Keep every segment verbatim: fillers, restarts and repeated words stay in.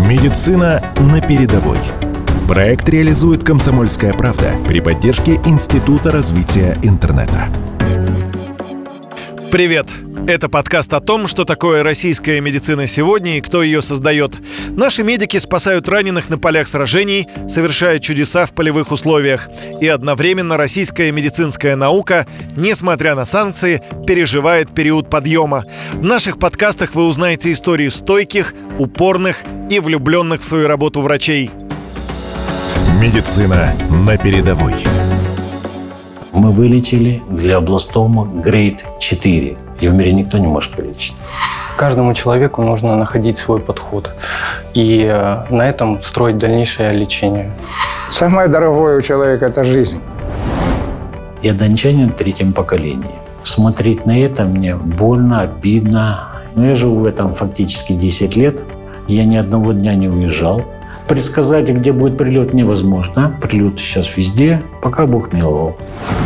Медицина на передовой. Проект реализует «Комсомольская правда» при поддержке Института развития интернета. Привет! Это подкаст о том, что такое российская медицина сегодня и кто ее создает. Наши медики спасают раненых на полях сражений, совершая чудеса в полевых условиях. И одновременно российская медицинская наука, несмотря на санкции, переживает период подъема. В наших подкастах вы узнаете истории стойких, упорных и влюбленных в свою работу врачей. Медицина на передовой. Мы вылечили глиобластома грейд четыре. Ее в мире никто не может вылечить. Каждому человеку нужно находить свой подход и на этом строить дальнейшее лечение. Самое дорогое у человека – это жизнь. Я дончанин в третьем поколении. Смотреть на это мне больно, обидно. Но я живу в этом фактически десять лет. Я ни одного дня не уезжал. Предсказать, где будет прилет, невозможно. Прилеты сейчас везде, пока Бог миловал.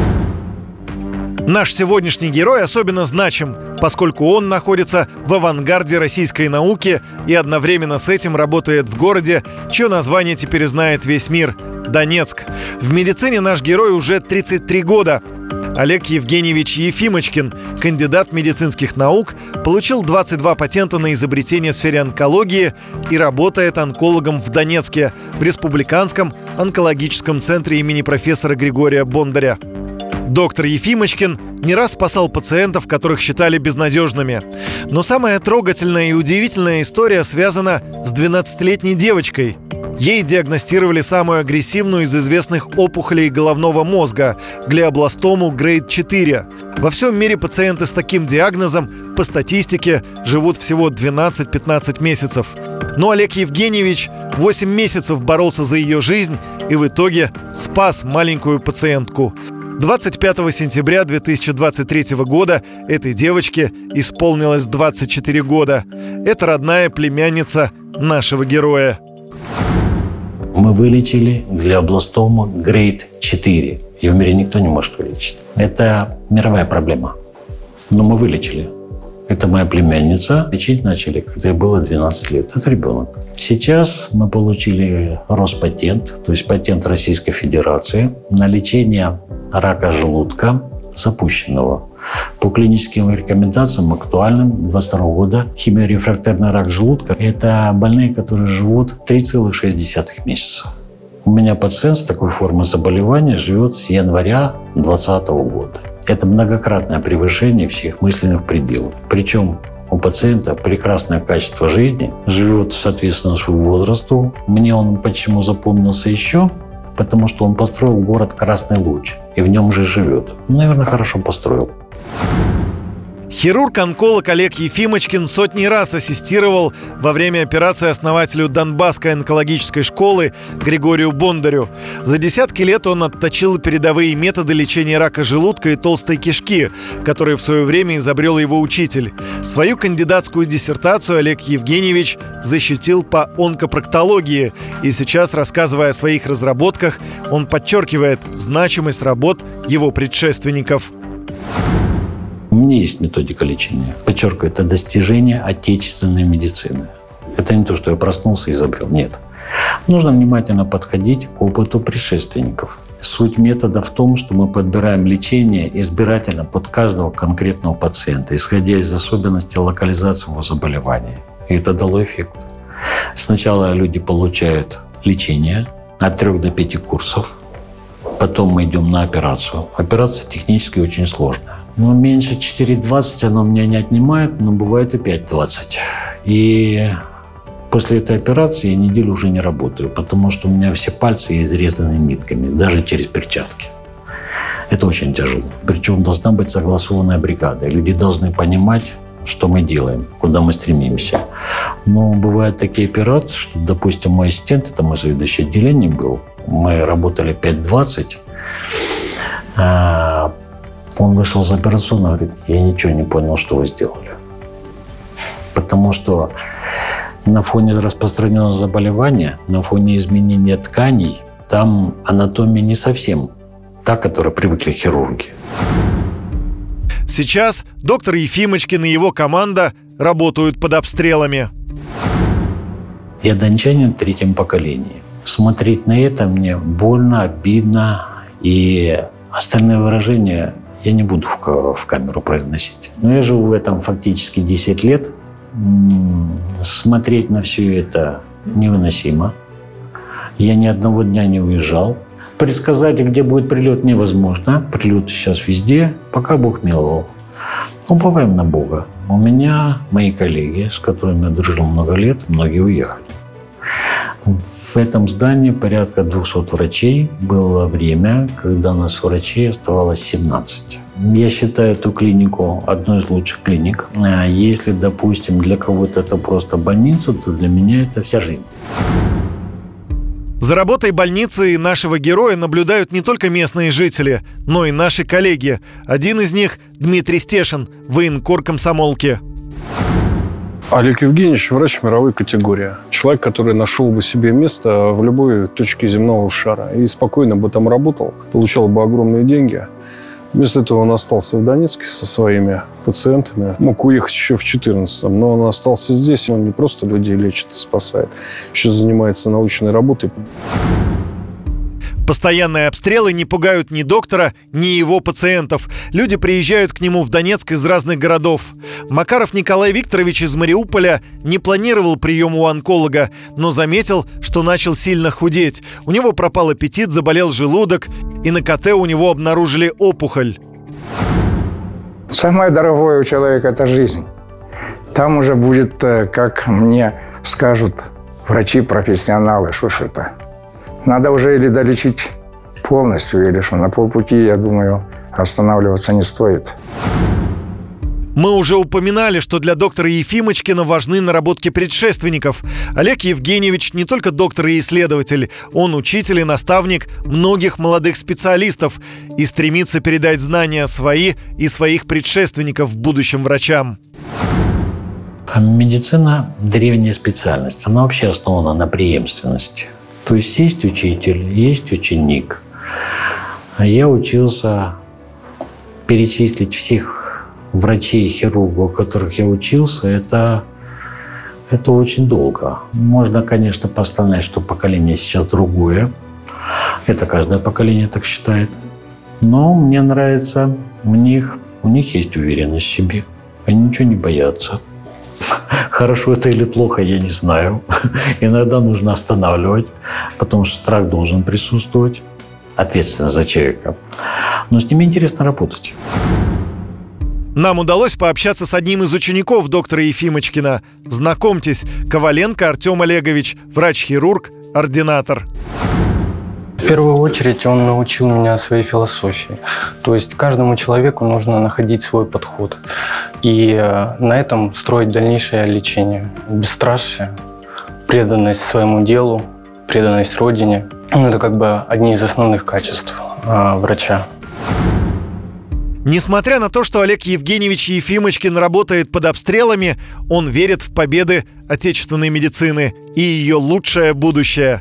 Наш сегодняшний герой особенно значим, поскольку он находится в авангарде российской науки и одновременно с этим работает в городе, чье название теперь знает весь мир – Донецк. В медицине наш герой уже тридцать три года. Олег Евгеньевич Ефимочкин, кандидат медицинских наук, получил двадцать два патента на изобретения в сфере онкологии и работает онкологом в Донецке, в Республиканском онкологическом центре имени профессора Григория Бондаря. Доктор Ефимочкин не раз спасал пациентов, которых считали безнадежными. Но самая трогательная и удивительная история связана с двенадцатилетней девочкой. Ей диагностировали самую агрессивную из известных опухолей головного мозга – глиобластому грейд четыре. Во всем мире пациенты с таким диагнозом, по статистике, живут всего двенадцать-пятнадцать месяцев. Но Олег Евгеньевич восемь месяцев боролся за ее жизнь и в итоге спас маленькую пациентку. двадцать пятого сентября две тысячи двадцать третьего года этой девочке исполнилось двадцать четыре года. Это родная племянница нашего героя. Мы вылечили глиобластома грейд четыре. Ее в мире никто не может вылечить. Это мировая проблема. Но мы вылечили. Это моя племянница. Лечить начали, когда ей было двенадцать лет. Это ребенок. Сейчас мы получили Роспатент, то есть патент Российской Федерации на лечение рака желудка запущенного. По клиническим рекомендациям актуальным двадцать второго года химиорефрактерный рак желудка – это больные, которые живут три целых шесть десятых месяца. У меня пациент с такой формой заболевания живет с января двадцатого года. Это многократное превышение всех мысленных пределов. Причем у пациента прекрасное качество жизни, живет соответственно своему возрасту. Мне он почему запомнился еще? Потому что он построил город Красный Луч, и в нем же живет. Наверное, хорошо построил. Хирург-онколог Олег Ефимочкин сотни раз ассистировал во время операции основателю Донбасской онкологической школы Григорию Бондарю. За десятки лет он отточил передовые методы лечения рака желудка и толстой кишки, которые в свое время изобрел его учитель. Свою кандидатскую диссертацию Олег Евгеньевич защитил по онкопроктологии. И сейчас, рассказывая о своих разработках, он подчеркивает значимость работ его предшественников. У меня есть методика лечения. Подчеркиваю, это достижение отечественной медицины. Это не то, что я проснулся и изобрел. Нет. Нужно внимательно подходить к опыту предшественников. Суть метода в том, что мы подбираем лечение избирательно под каждого конкретного пациента, исходя из особенностей локализации его заболевания. И это дало эффект. Сначала люди получают лечение от трех до пяти курсов. Потом мы идем на операцию. Операция технически очень сложная. Но меньше четыре двадцать она у меня не отнимает, но бывает и пять двадцать. И после этой операции я неделю уже не работаю, потому что у меня все пальцы изрезаны нитками, даже через перчатки. Это очень тяжело. Причем должна быть согласованная бригада. Люди должны понимать, что мы делаем, куда мы стремимся. Но бывают такие операции, что, допустим, мой ассистент, это мой заведующий отделением был, мы работали пять двадцать, он вышел из операционной, говорит, я ничего не понял, что вы сделали. Потому что на фоне распространенного заболевания, на фоне изменения тканей, там анатомия не совсем та, к которой привыкли хирурги. Сейчас доктор Ефимочкин и его команда работают под обстрелами. Я дончанин в третьем поколении. Смотреть на это мне больно, обидно, и остальные выражения я не буду в, в камеру произносить. Но я живу в этом фактически десять лет. Смотреть на все это невыносимо. Я ни одного дня не уезжал. Предсказать, где будет прилет, невозможно. Прилеты сейчас везде, пока Бог миловал. Уповаем на Бога. У меня мои коллеги, с которыми я дружил много лет, многие уехали. В этом здании порядка двухсот врачей. Было время, когда у нас врачей оставалось семнадцать. Я считаю эту клинику одной из лучших клиник. Если, допустим, для кого-то это просто больница, то для меня это вся жизнь. За работой больницы нашего героя наблюдают не только местные жители, но и наши коллеги. Один из них – Дмитрий Стешин, военкор комсомолки. Олег Евгеньевич – врач мировой категории. Человек, который нашел бы себе место в любой точке земного шара и спокойно бы там работал, получал бы огромные деньги. Вместо этого он остался в Донецке со своими пациентами. Мог уехать еще в четырнадцатом, но он остался здесь. Он не просто людей лечит и спасает, еще занимается научной работой. Постоянные обстрелы не пугают ни доктора, ни его пациентов. Люди приезжают к нему в Донецк из разных городов. Макаров Николай Викторович из Мариуполя не планировал прием у онколога, но заметил, что начал сильно худеть. У него пропал аппетит, заболел желудок, и на ка тэ у него обнаружили опухоль. Самое дорогое у человека – это жизнь. Там уже будет, как мне скажут врачи-профессионалы, что ж это. Надо уже или долечить полностью, или что. На полпути, я думаю, останавливаться не стоит. Мы уже упоминали, что для доктора Ефимочкина важны наработки предшественников. Олег Евгеньевич не только доктор и исследователь, он учитель и наставник многих молодых специалистов и стремится передать знания свои и своих предшественников будущим врачам. Медицина – древняя специальность. Она вообще основана на преемственности. То есть есть учитель, есть ученик. Я учился перечислить всех врачей и хирургов, у которых я учился, это, это очень долго. Можно, конечно, постановить, что поколение сейчас другое. Это каждое поколение так считает. Но мне нравится у них, у них есть уверенность в себе. Они ничего не боятся. Хорошо это или плохо, я не знаю. Иногда нужно останавливать, потому что страх должен присутствовать, ответственность за человека. Но с ними интересно работать. Нам удалось пообщаться с одним из учеников доктора Ефимочкина. Знакомьтесь, Коваленко Артем Олегович, врач-хирург, ординатор. В первую очередь он научил меня своей философии. То есть каждому человеку нужно находить свой подход. И на этом строить дальнейшее лечение. Бесстрашие, преданность своему делу, преданность родине. Это как бы одни из основных качеств врача. Несмотря на то, что Олег Евгеньевич Ефимочкин работает под обстрелами, он верит в победы отечественной медицины и ее лучшее будущее.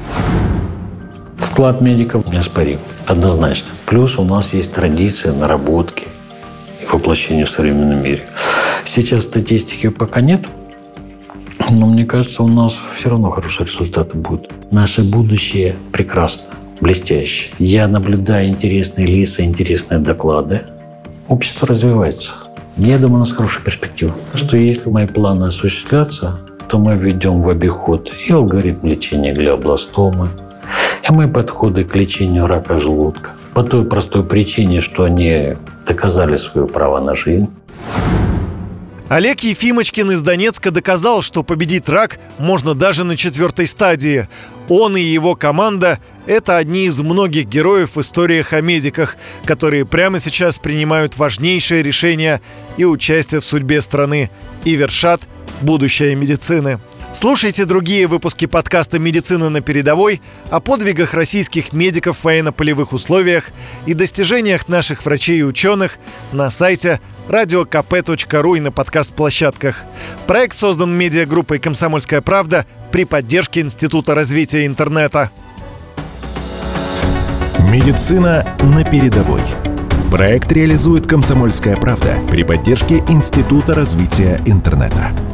Вклад медиков неоспорим, однозначно. Плюс у нас есть традиция, наработки и воплощения в современном мире. Сейчас статистики пока нет, но мне кажется, у нас все равно хорошие результаты будут. Наше будущее прекрасно, блестяще. Я наблюдаю интересные лица, интересные доклады. Общество развивается. Я думаю, у нас хорошая перспектива. Что если мои планы осуществлятся, то мы введем в обиход и алгоритм лечения глиобластомы, и мои подходы к лечению рака желудка. По той простой причине, что они доказали свое право на жизнь. Олег Ефимочкин из Донецка доказал, что победить рак можно даже на четвертой стадии. Он и его команда – это одни из многих героев в историях о медиках, которые прямо сейчас принимают важнейшие решения и участие в судьбе страны и вершат будущее медицины. Слушайте другие выпуски подкаста «Медицина на передовой» о подвигах российских медиков в военно-полевых условиях и достижениях наших врачей и ученых на сайте радио ка пэ точка ру и на подкаст-площадках. Проект создан медиагруппой «Комсомольская правда» при поддержке Института развития интернета. «Медицина на передовой». Проект реализует «Комсомольская правда» при поддержке Института развития интернета.